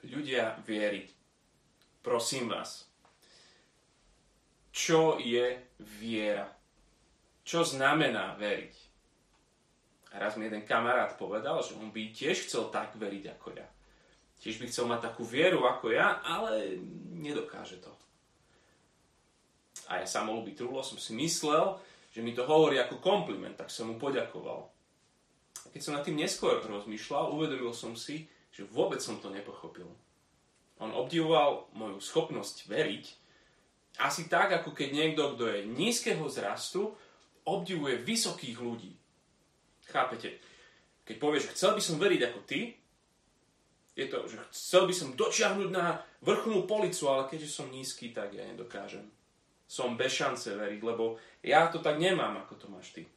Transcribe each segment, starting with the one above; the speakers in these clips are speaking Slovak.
Ľudia viery, prosím vás, čo je viera? Čo znamená veriť? A raz mi jeden kamarát povedal, že on by tiež chcel tak veriť ako ja. Tiež by chcel mať takú vieru ako ja, ale nedokáže to. A ja samolúby trúlo som si myslel, že mi to hovorí ako kompliment, tak som mu poďakoval. A keď som nad tým neskôr rozmýšľal, uvedomil som si, že vôbec som to nepochopil. On obdivoval moju schopnosť veriť, asi tak, ako keď niekto, kto je nízkeho zrastu, obdivuje vysokých ľudí. Chápete? Keď povieš, že chcel by som veriť ako ty, je to, že chcel by som dočiahnuť na vrchnú policu, ale keďže som nízky, tak ja nedokážem. Som bez šance veriť, lebo ja to tak nemám, ako to máš ty.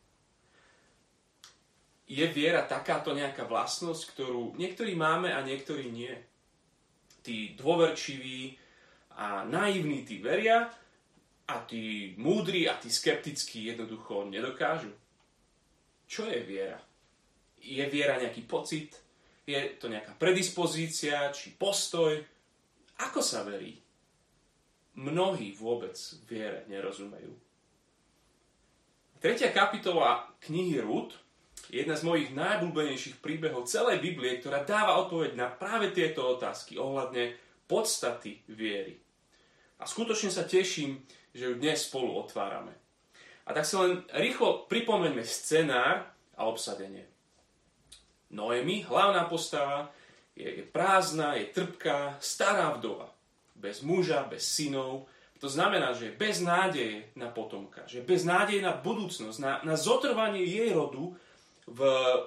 Je viera takáto nejaká vlastnosť, ktorú niektorí máme a niektorí nie. Tí dôverčiví a naivní tí veria a tí múdri a tí skeptickí jednoducho nedokážu. Čo je viera? Je viera nejaký pocit? Je to nejaká predispozícia či postoj? Ako sa verí? Mnohí vôbec viere nerozumejú. 3. kapitola knihy Rút je jedna z mojich najobľúbenejších príbehov celej Biblie, ktorá dáva odpoveď na práve tieto otázky ohľadne podstaty viery. A skutočne sa teším, že ju dnes spolu otvárame. A tak si len rýchlo pripomeňme scenár a obsadenie. Noemi, hlavná postava, je prázdna, je trpká, stará vdova. Bez muža, bez synov. To znamená, že je bez nádeje na potomka, že je bez nádeje na budúcnosť, na zotrvanie jej rodu v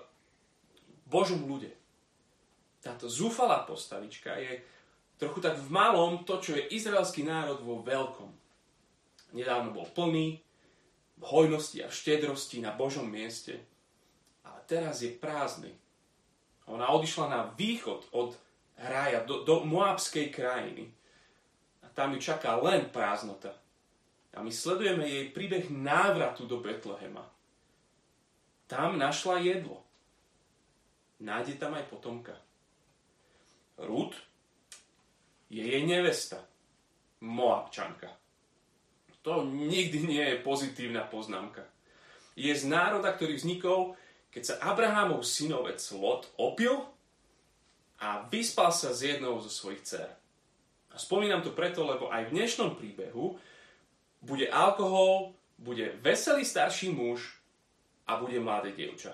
Božom ľude. Táto zúfalá postavička je trochu tak v malom to, čo je izraelský národ vo veľkom. Nedávno bol plný v hojnosti a štedrosti na Božom mieste, ale teraz je prázdny. Ona odišla na východ od rája do Moabskej krajiny a tam ju čaká len prázdnota. A my sledujeme jej príbeh návratu do Betlehema. Tam našla jedlo. Nájde tam aj potomka. Rút je jej nevesta, Moabčanka. To nikdy nie je pozitívna poznámka. Je z národa, ktorý vznikol, keď sa Abrahámov synovec Lot opil a vyspal sa s jednou zo svojich dcér. A spomínam to preto, lebo aj v dnešnom príbehu bude alkohol, bude veselý starší muž a bude mladé dievča.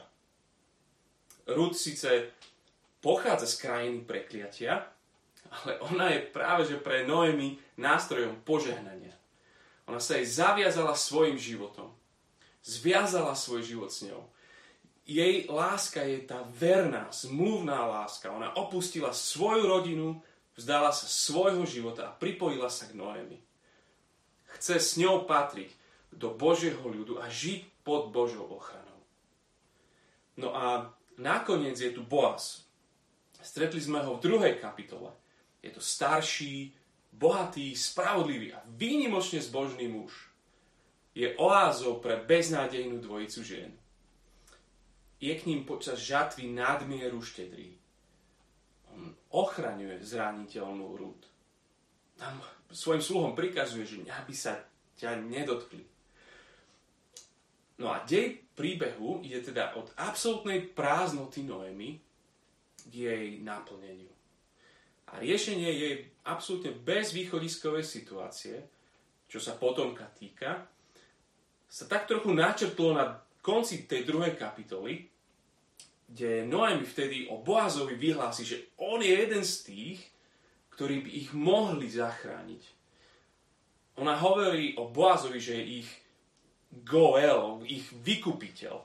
Rút síce pochádza z krajiny prekliatia, ale ona je práve že pre Noemi nástrojom požehnania. Ona sa jej zaviazala svojim životom. Zviazala svoj život s ňou. Jej láska je tá verná, zmluvná láska. Ona opustila svoju rodinu, vzdala sa svojho života a pripojila sa k Noemi. Chce s ňou patriť do Božieho ľudu a žiť pod Božou ochranou. No a nakoniec je tu Boaz. Stretli sme ho v 2. kapitole. Je to starší, bohatý, spravodlivý a výnimočne zbožný muž. Je oázou pre beznádejnú dvojicu žien. Je k ním počas žatvy nadmieru štedrý. On ochraňuje zraniteľnú Rút. Tam svojim sluhom prikazuje, že aby sa ťa nedotkli. No a dej príbehu ide teda od absolútnej prázdnoty Noemi k jej naplneniu. A riešenie jej absolútne bezvýchodiskovej situácie, čo sa potomka týka, sa tak trochu načrtlo na konci tej 2. kapitoly, kde Noemi vtedy o Boazovi vyhlási, že on je jeden z tých, ktorí by ich mohli zachrániť. Ona hovorí o Boazovi, že je ich Goel, ich vykupiteľ.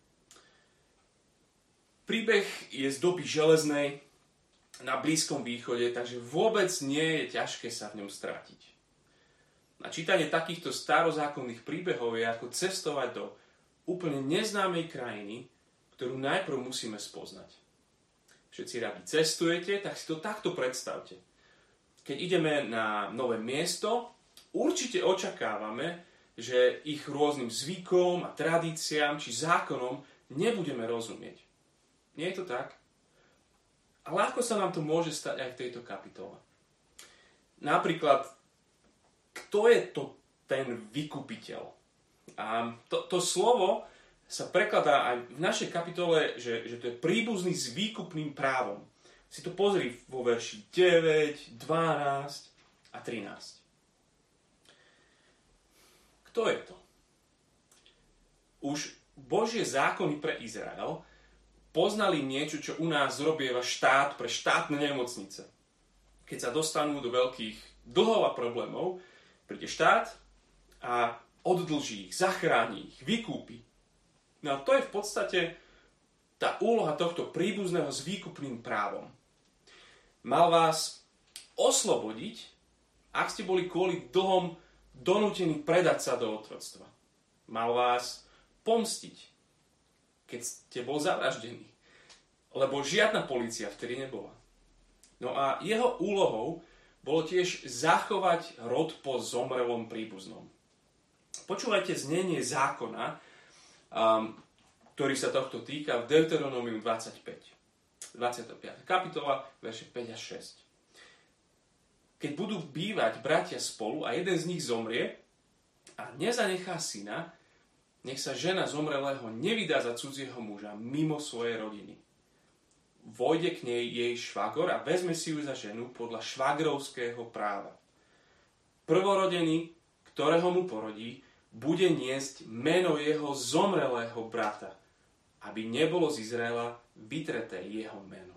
Príbeh je z doby železnej na Blízkom východe, takže vôbec nie je ťažké sa v ňom strátiť. Na čítanie takýchto starozákonných príbehov je ako cestovať do úplne neznámej krajiny, ktorú najprv musíme spoznať. Všetci radi cestujete, tak si to takto predstavte. Keď ideme na nové miesto, určite očakávame, že ich rôznym zvykom a tradíciám či zákonom nebudeme rozumieť. Nie je to tak? Ale ako sa nám to môže stať aj v tejto kapitole? Napríklad, kto je to ten vykupiteľ? A to slovo sa prekladá aj v našej kapitole, že to je príbuzný s výkupným právom. Si to pozri vo verši 9, 12 a 13. Kto je to? Už Božie zákony pre Izrael poznali niečo, čo u nás robieva štát pre štátne nemocnice. Keď sa dostanú do veľkých dlhov a problémov, príde štát a oddlží ich, zachráni ich, vykúpi. No a to je v podstate tá úloha tohto príbuzného s výkupným právom. Mal vás oslobodiť, ak ste boli kvôli dlhom donútení predať sa do otroctva. Mal vás pomstiť, keď ste bol zavraždený. Lebo žiadna polícia vtedy nebola. No a jeho úlohou bolo tiež zachovať rod po zomrelom príbuznom. Počúvajte znenie zákona, ktorý sa tohto týka v Deuteronomiu 25. Kapitola, verše 5 a 6. Keď budú bývať bratia spolu a jeden z nich zomrie a nezanechá syna, nech sa žena zomrelého nevydá za cudzieho muža mimo svojej rodiny. Vojde k nej jej švagor a vezme si ju za ženu podľa švagrovského práva. Prvorodený, ktorého mu porodí, bude niesť meno jeho zomrelého brata, aby nebolo z Izraela vytreté jeho meno.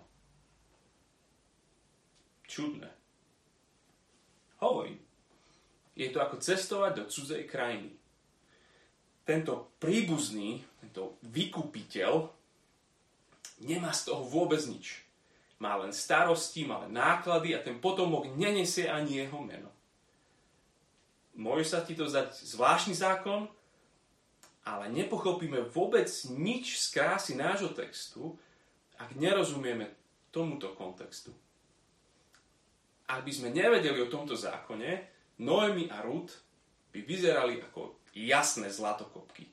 Čudné. Hovorím, je to ako cestovať do cudzej krajiny. Tento príbuzný, tento vykupiteľ nemá z toho vôbec nič. Má len starosti, má len náklady a ten potomok nenesie ani jeho meno. Môže sa ti to zdať zvláštny zákon, ale nepochopíme vôbec nič z krásy nášho textu, ak nerozumieme tomuto kontextu. Ak by sme nevedeli o tomto zákone, Noemi a Rut by vyzerali ako jasné zlatokopky.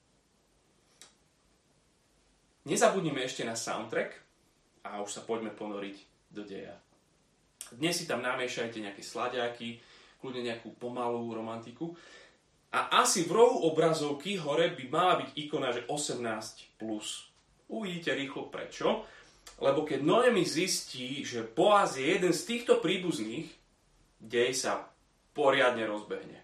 Nezabudnime ešte na soundtrack a už sa poďme ponoriť do deja. Dnes si tam namiešajte nejaké slaďáky, kľudne nejakú pomalú romantiku. A asi v rohu obrazovky hore by mala byť ikona, že 18+. Uvidíte rýchlo prečo. Lebo keď Noemi zistí, že Boaz je jeden z týchto príbuzných, dej sa poriadne rozbehne.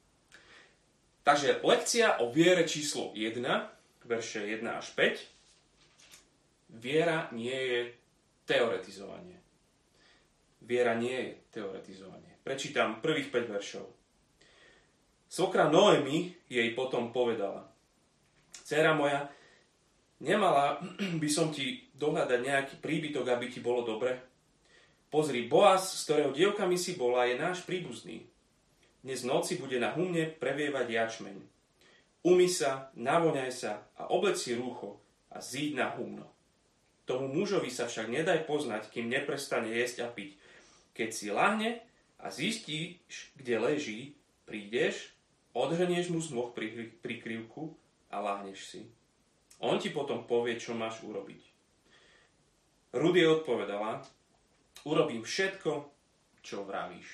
Takže lekcia o viere číslo 1, verše 1 až 5. Viera nie je teoretizovanie. Viera nie je teoretizovanie. Prečítam prvých 5 veršov. Svokra Noemi jej potom povedala: Dcéra moja, nemala by som ti dohľadať nejaký príbytok, aby ti bolo dobre? Pozri, Boaz, z ktorého dievkami si bola, je náš príbuzný. Dnes v noci bude na humne previevať jačmeň. Umy sa, navoňaj sa a obleč si rúcho a zíď na humno. Tomu mužovi sa však nedaj poznať, kým neprestane jesť a piť. Keď si lahne a zistíš, kde leží, prídeš, odhrnieš mu z nôh prikryvku a láhneš si. On ti potom povie, čo máš urobiť. Rut jej odpovedala: Urobím všetko, čo vravíš.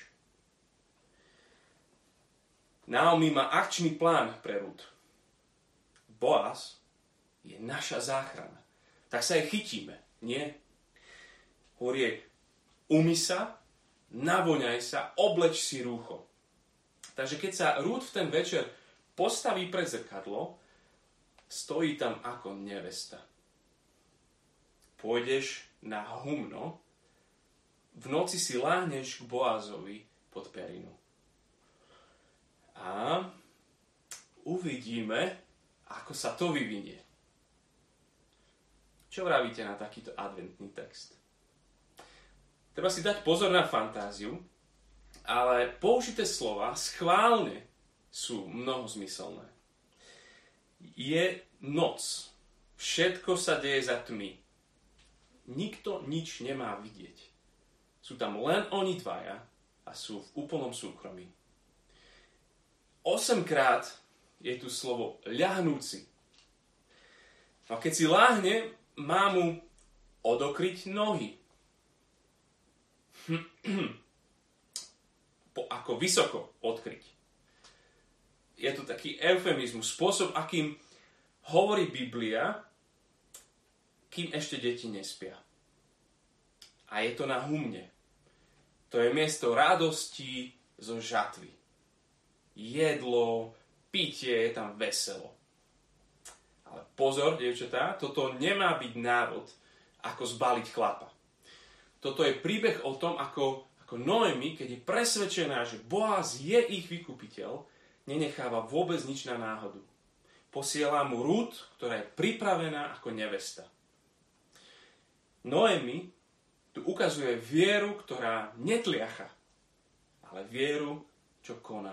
Naomi má akčný plán pre Rut. Boaz je naša záchrana. Tak sa jej chytíme, nie? Hovorí, umy sa, navoňaj sa, obleč si rúcho. Takže keď sa Rut v ten večer postaví pred zrkadlo, stojí tam ako nevesta. Pôjdeš na humno, v noci si láhneš k Boazovi pod perinu. A uvidíme, ako sa to vyvinie. Čo vravíte na takýto adventný text? Treba si dať pozor na fantáziu, ale použité slova schválne sú mnohozmyselné. Je noc. Všetko sa deje za tmy. Nikto nič nemá vidieť. Sú tam len oni dvaja a sú v úplnom súkromí. 8-krát je tu slovo ľahnúci. A keď si láhne, má mu odokryť nohy. ako vysoko odkryť. Je to taký eufemizmus, spôsob, akým hovorí Biblia, kým ešte deti nespia. A je to na humne. To je miesto radosti zo žatvy. Jedlo, pitie, je tam veselo. Ale pozor, dievčatá, toto nemá byť návod, ako zbaliť chlapa. Toto je príbeh o tom, ako Noemi, keď je presvedčená, že Boaz je ich vykupiteľ, nenecháva vôbec nič na náhodu. Posiela mu Rút, ktorá je pripravená ako nevesta. Noemi tu ukazuje vieru, ktorá netliacha, ale vieru, čo koná.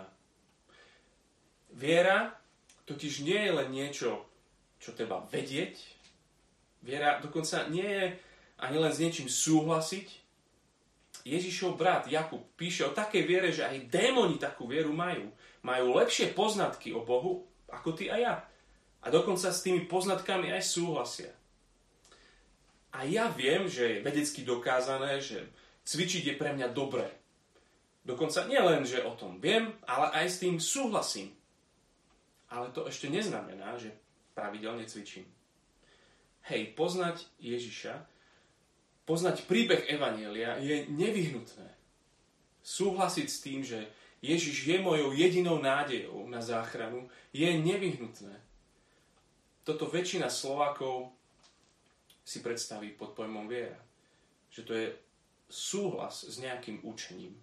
Viera totiž nie je len niečo, čo treba vedieť. Viera dokonca nie je ani len s niečím súhlasiť. Ježišov brat Jakub píše o takej viere, že aj démoni takú vieru majú. Majú lepšie poznatky o Bohu, ako ty a ja. A dokonca s tými poznatkami aj súhlasia. A ja viem, že je vedecky dokázané, že cvičiť je pre mňa dobré. Dokonca nie len, že o tom viem, ale aj s tým súhlasím. Ale to ešte neznamená, že pravidelne cvičím. Hej, poznať Ježiša, poznať príbeh Evanjelia je nevyhnutné. Súhlasiť s tým, že Ježiš je mojou jedinou nádejou na záchranu, je nevyhnutné. Toto väčšina Slovákov si predstaví pod pojmom viera. Že to je súhlas s nejakým učením.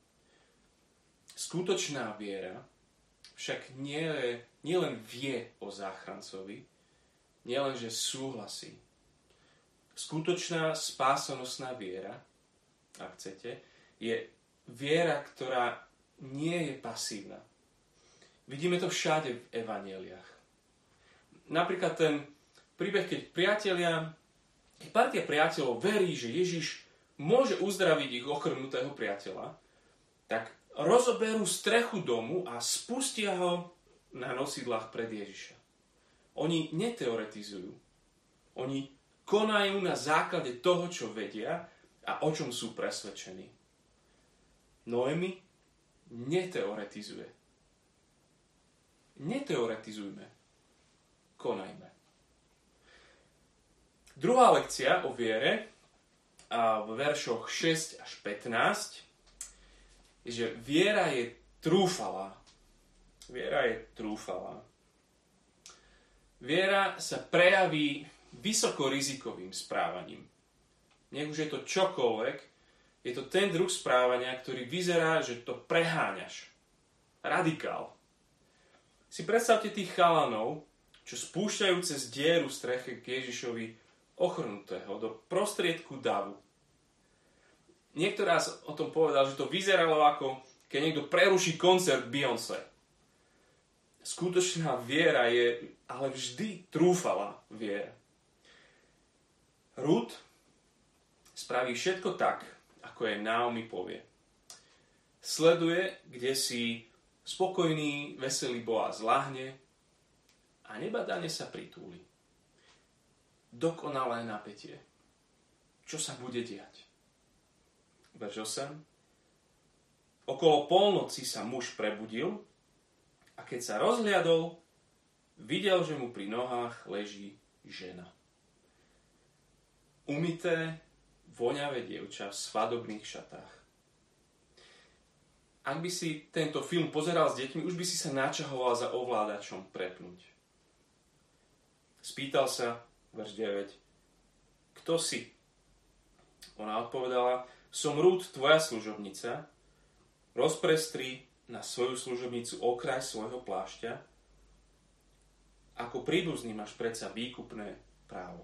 Skutočná viera však nie len vie o záchrancovi, nie len, že súhlasí. Skutočná spásonosná viera, ak chcete, je viera, ktorá nie je pasívna. Vidíme to všade v evanjeliách. Napríklad ten príbeh, keď partia priateľov verí, že Ježiš môže uzdraviť ich ochrnutého priateľa, tak rozoberú strechu domu a spustia ho na nosidlách pred Ježiša. Oni neteoretizujú. Oni konajú na základe toho, čo vedia a o čom sú presvedčení. Noemi neteoretizuje. Neteoretizujme. Konajme. Druhá lekcia o viere v veršoch 6 až 15 je, že viera je trúfalá. Viera je trúfalá. Viera sa prejaví vysokorizikovým správaním. Nech už je to čokoľvek, je to ten druh správania, ktorý vyzerá, že to preháňaš. Radikál. Si predstavte tých chalanov, čo spúšťajú cez dieru streche k Ježišovi ochrnutého do prostriedku davu. Niekto raz o tom povedal, že to vyzeralo ako keď niekto preruší koncert Beyoncé. Skutočná viera je ale vždy trúfalá viera. Rút spraví všetko tak, ako je Naomi povie. Sleduje, kde si spokojný, veselý Boaz ľahne a nebadane sa pritúli. Dokonalé napätie. Čo sa bude diať? Verš 8. Okolo polnoci sa muž prebudil a keď sa rozhliadol, videl, že mu pri nohách leží žena. Umyté, voňavé dievča v svadobných šatách. Ak by si tento film pozeral s deťmi, už by si sa načahoval za ovládačom prepnúť. Spýtal sa, verš 9, kto si? Ona odpovedala, som Rút, tvoja služobnica, rozprestri na svoju služobnicu okraj svojho plášťa, ako príbuzný máš predsa výkupné právo.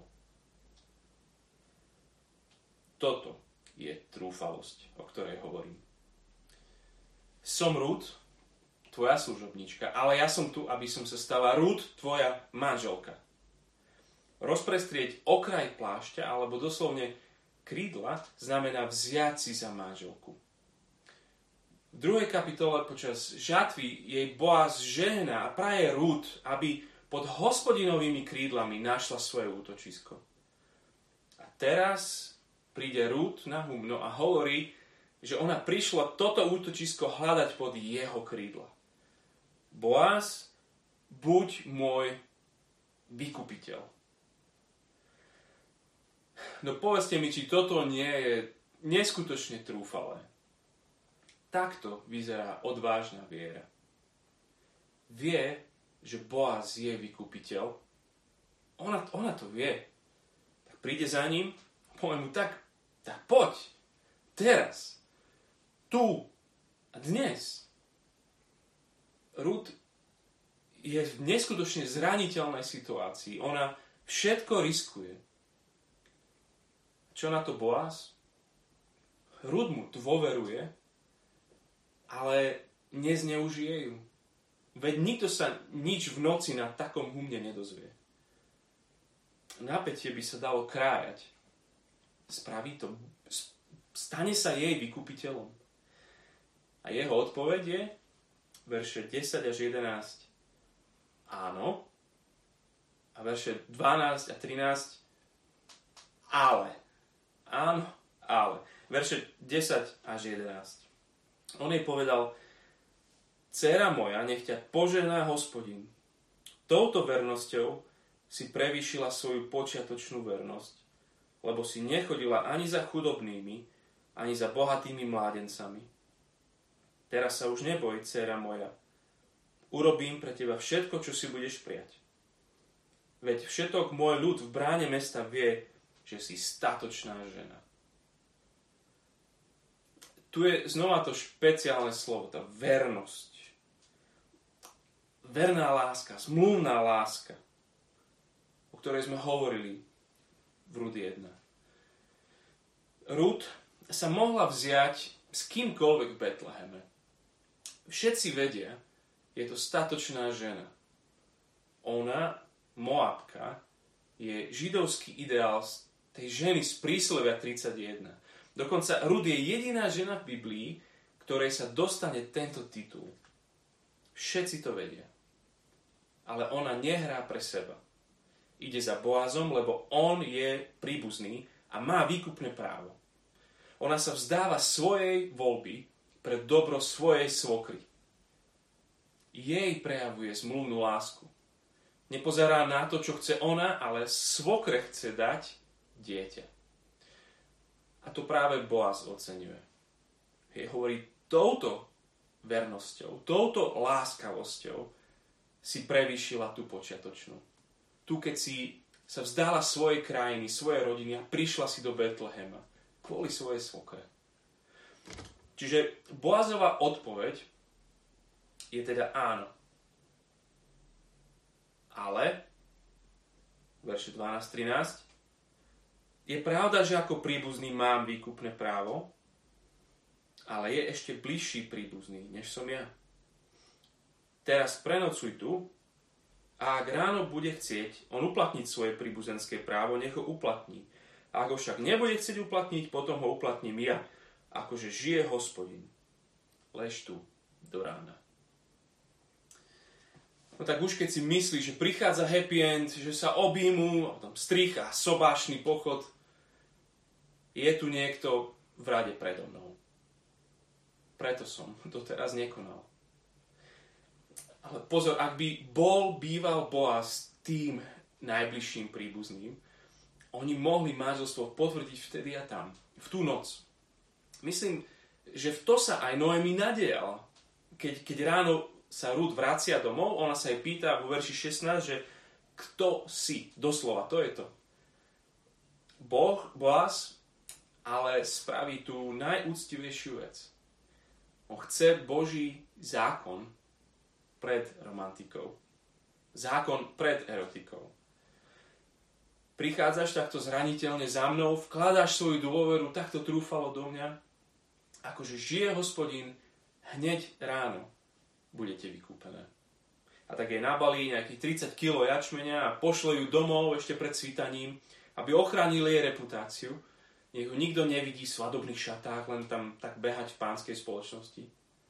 Toto je trúfalosť, o ktorej hovorím. Som Rút, tvoja služobnička, ale ja som tu, aby som sa stala Rút, tvoja manželka. Rozprestrieť okraj plášťa, alebo doslovne krídla, znamená vziať si za manželku. V 2. kapitole počas žatvy jej Boaz žehná a praje Rút, aby pod hospodinovými krídlami našla svoje útočisko. A teraz príde Rút na humno a hovorí, že ona prišla toto útočisko hľadať pod jeho krídla. Boaz, buď môj vykupiteľ. No povedzte mi, či toto nie je neskutočne trúfalé. Takto vyzerá odvážna viera. Vie, že Boaz je vykupiteľ. Ona to vie. Tak príde za ním, povie mu, tak poď. Teraz. Tu. A dnes. Ruth je v neskutočne zraniteľnej situácii. Ona všetko riskuje. Čo na to Boaz? Ruth mu dôveruje, ale nezneužije ju. Veď nikto sa nič v noci na takom humne nedozvie. Napätie by sa dalo krájať. Spraví to. Stane sa jej vykupiteľom. A jeho odpoveď je verše 10 až 11 áno a verše 12 a 13 ale. Áno, ale. Verše 10 až 11. On jej povedal, dcéra moja, nech ťa požehná Hospodin. Touto vernosťou si prevýšila svoju počiatočnú vernosť, lebo si nechodila ani za chudobnými, ani za bohatými mládencami. Teraz sa už neboj, dcéra moja. Urobím pre teba všetko, čo si budeš prijať. Veď všetok môj ľud v bráne mesta vie, že si statočná žena. Tu je znova to špeciálne slovo, tá vernosť. Verná láska, zmluvná láska, o ktorej sme hovorili v Ruth 1. Ruth sa mohla vziať s kýmkoľvek v Betleheme. Všetci vedia, je to statočná žena. Ona, Moabka, je židovský ideál tej ženy z príslovia 31. Dokonca Ruth je jediná žena v Biblii, ktorej sa dostane tento titul. Všetci to vedia. Ale ona nehrá pre seba. Ide za Boazom, lebo on je príbuzný a má výkupné právo. Ona sa vzdáva svojej voľby pre dobro svojej svokry. Jej prejavuje zmluvnú lásku. Nepozerá na to, čo chce ona, ale svokre chce dať dieťa. A to práve Boaz oceňuje. Hovorí, touto vernosťou, touto láskavosťou si prevýšila tú počiatočnú. Tu, keď si sa vzdála svojej krajiny, svojej rodiny a prišla si do Betlehema kvôli svojej svokre. Čiže Boazova odpoveď je teda áno. Ale, verše 12-13, je pravda, že ako príbuzný mám výkupné právo, ale je ešte bližší príbuzný, než som ja. Teraz prenocuj tu a ak ráno bude chcieť on uplatniť svoje príbuzenské právo, nech ho uplatní. A ak ho však nebude chcieť uplatniť, potom ho uplatním ja, akože žije Hospodin. Lež tu do rána. No tak už keď si myslíš, že prichádza happy end, že sa objímu, a potom strich a sobášny pochod, je tu niekto v rade predo mnou. Preto som doteraz nekonal. Ale pozor, ak by býval Boaz tým najbližším príbuzným, oni mohli manželstvo potvrdiť vtedy a tam, v tú noc. Myslím, že v to sa aj Noemi nadiala. Keď ráno sa Ruth vracia domov, ona sa jej pýta vo verši 16, že kto si? Doslova, to je to. Boaz, ale spraví tú najúctivejšiu vec. On chce Boží zákon pred romantikou. Zákon pred erotikou. Prichádzaš takto zraniteľne za mnou, vkladáš svoju dôveru takto trúfalo do mňa, akože žije Hospodin, hneď ráno budete vykúpené. A tak jej nabalí nejakých 30 kg jačmeňa a pošle ju domov ešte pred svítaním, aby ochránil jej reputáciu. Nech ho nikto nevidí v svadobných šatách, len tam tak behať v pánskej spoločnosti.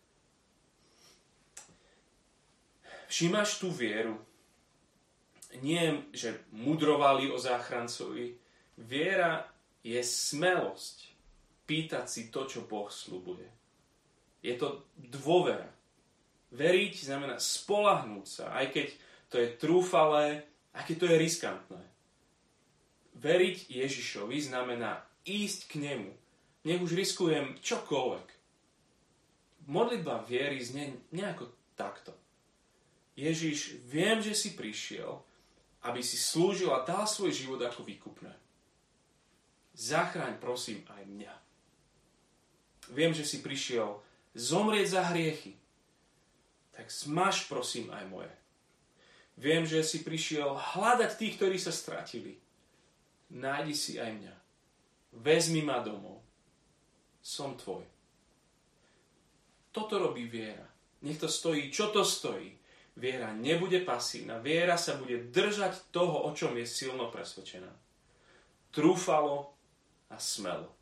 Všimáš tú vieru. Nie, že mudrovali o záchrancovi. Viera je smelosť pýtať si to, čo Boh sľubuje. Je to dôvera. Veriť znamená spoľahnúť sa, aj keď to je trúfalé, aj keď to je riskantné. Veriť Ježišovi znamená ísť k nemu. Nech už riskujem čokoľvek. Modlitba viery znie nejako takto. Ježiš, viem, že si prišiel, aby si slúžil a dal svoj život ako výkupné. Zachráň prosím aj mňa. Viem, že si prišiel zomrieť za hriechy. Tak zmaž prosím aj moje. Viem, že si prišiel hľadať tých, ktorí sa stratili. Nájdi si aj mňa. Vezmi ma domov. Som tvoj. Toto robí viera. Nech to stojí, čo to stojí. Viera nebude pasívna. Viera sa bude držať toho, o čom je silno presvedčená. Trúfalo a smelo.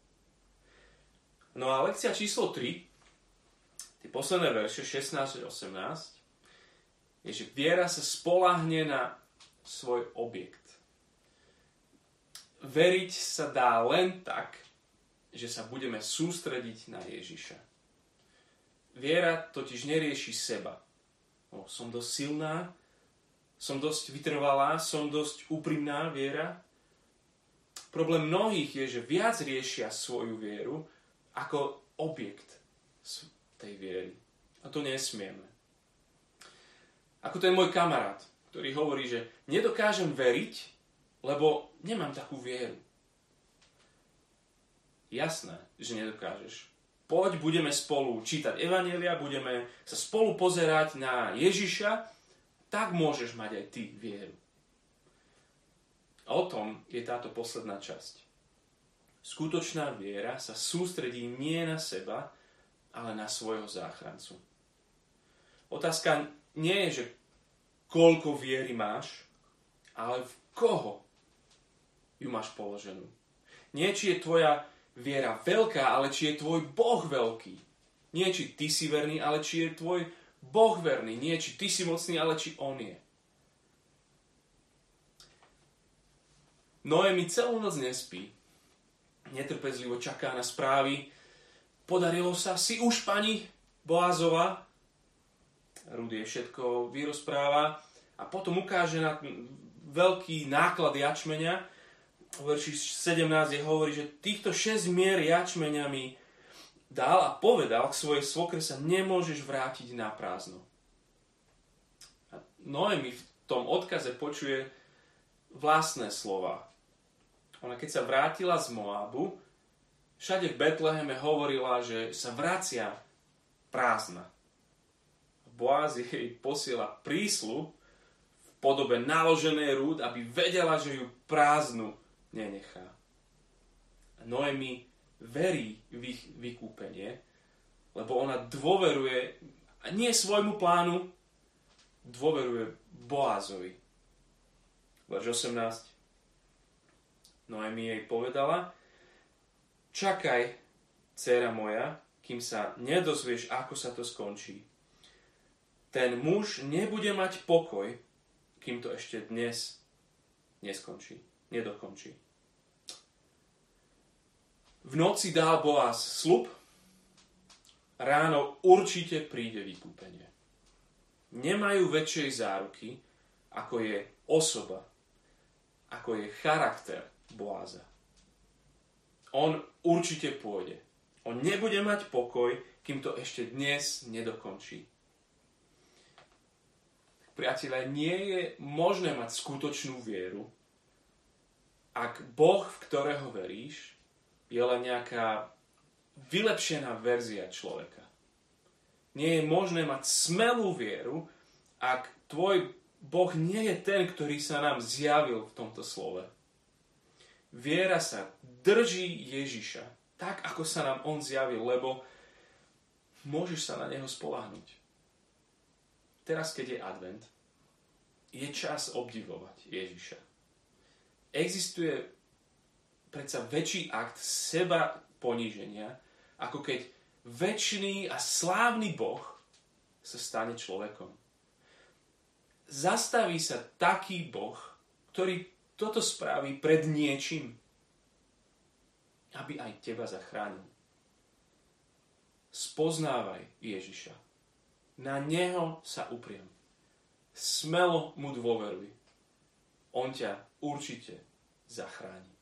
No a lekcia číslo 3, tie posledné verše 16 až 18, je, že viera sa spoľahne na svoj objekt. Veriť sa dá len tak, že sa budeme sústrediť na Ježiša. Viera totiž nerieši seba. Som dosť silná, som dosť vytrvalá, som dosť úprimná viera. Problém mnohých je, že viac riešia svoju vieru ako objekt tej viery. A to nesmieme. Ako ten môj kamarát, ktorý hovorí, že nedokážem veriť, lebo nemám takú vieru. Jasné, že nedokážeš. Poď, budeme spolu čítať evanjelia, budeme sa spolu pozerať na Ježiša, tak môžeš mať aj ty vieru. A o tom je táto posledná časť. Skutočná viera sa sústredí nie na seba, ale na svojho záchrancu. Otázka nie je, že koľko viery máš, ale v koho ju máš položenú. Nie, či je tvoja viera veľká, ale či je tvoj Boh veľký. Nie, či ty si verný, ale či je tvoj Boh verný. Nie, či ty si mocný, ale či on je. Noemi celú noc nespí. Netrpezlivo čaká na správy. Podarilo sa, si už pani Boázova. Rud jej všetko vyrozpráva a potom ukáže na veľký náklad jačmeňa. V verši 17 hovorí, že týchto 6 mier jačmeňa mi dal a povedal k svojej svokre sa nemôžeš vrátiť na prázdno. A Noemi v tom odkaze počuje vlastné slova. Ona keď sa vrátila z Moabu, všade v Betleheme hovorila, že sa vracia prázdna. Boaz jej posiela prísľub v podobe naloženej rúd, aby vedela, že ju prázdnu nenechá. A Noemi verí v ich vykúpenie, lebo ona dôveruje, a nie svojmu plánu, dôveruje Boazovi. Verš 18. Noemi jej povedala, čakaj, dcéra moja, kým sa nedozvieš, ako sa to skončí. Ten muž nebude mať pokoj, kým to ešte dnes nedokončí. V noci dal Boaz sľub, ráno určite príde vykúpenie. Nemajú väčšej záruky, ako je osoba, ako je charakter Boaza. On určite pôjde. On nebude mať pokoj, kým to ešte dnes nedokončí. Priatelia, nie je možné mať skutočnú vieru, ak Boh, v ktorého veríš, je len nejaká vylepšená verzia človeka. Nie je možné mať smelú vieru, ak tvoj Boh nie je ten, ktorý sa nám zjavil v tomto slove. Viera sa drží Ježiša, tak ako sa nám on zjavil, lebo môžeš sa na neho spoľahnúť. Teraz, keď je advent, je čas obdivovať Ježiša. Existuje predsa väčší akt seba poníženia, ako keď večný a slávny Boh sa stane človekom. Zastaví sa taký Boh, ktorý toto spraví pred niečím. A aby aj teba zachránil. Spoznávaj Ježiša. Na neho sa upriem. Smelo mu dôveruj. On ťa určite zachráni.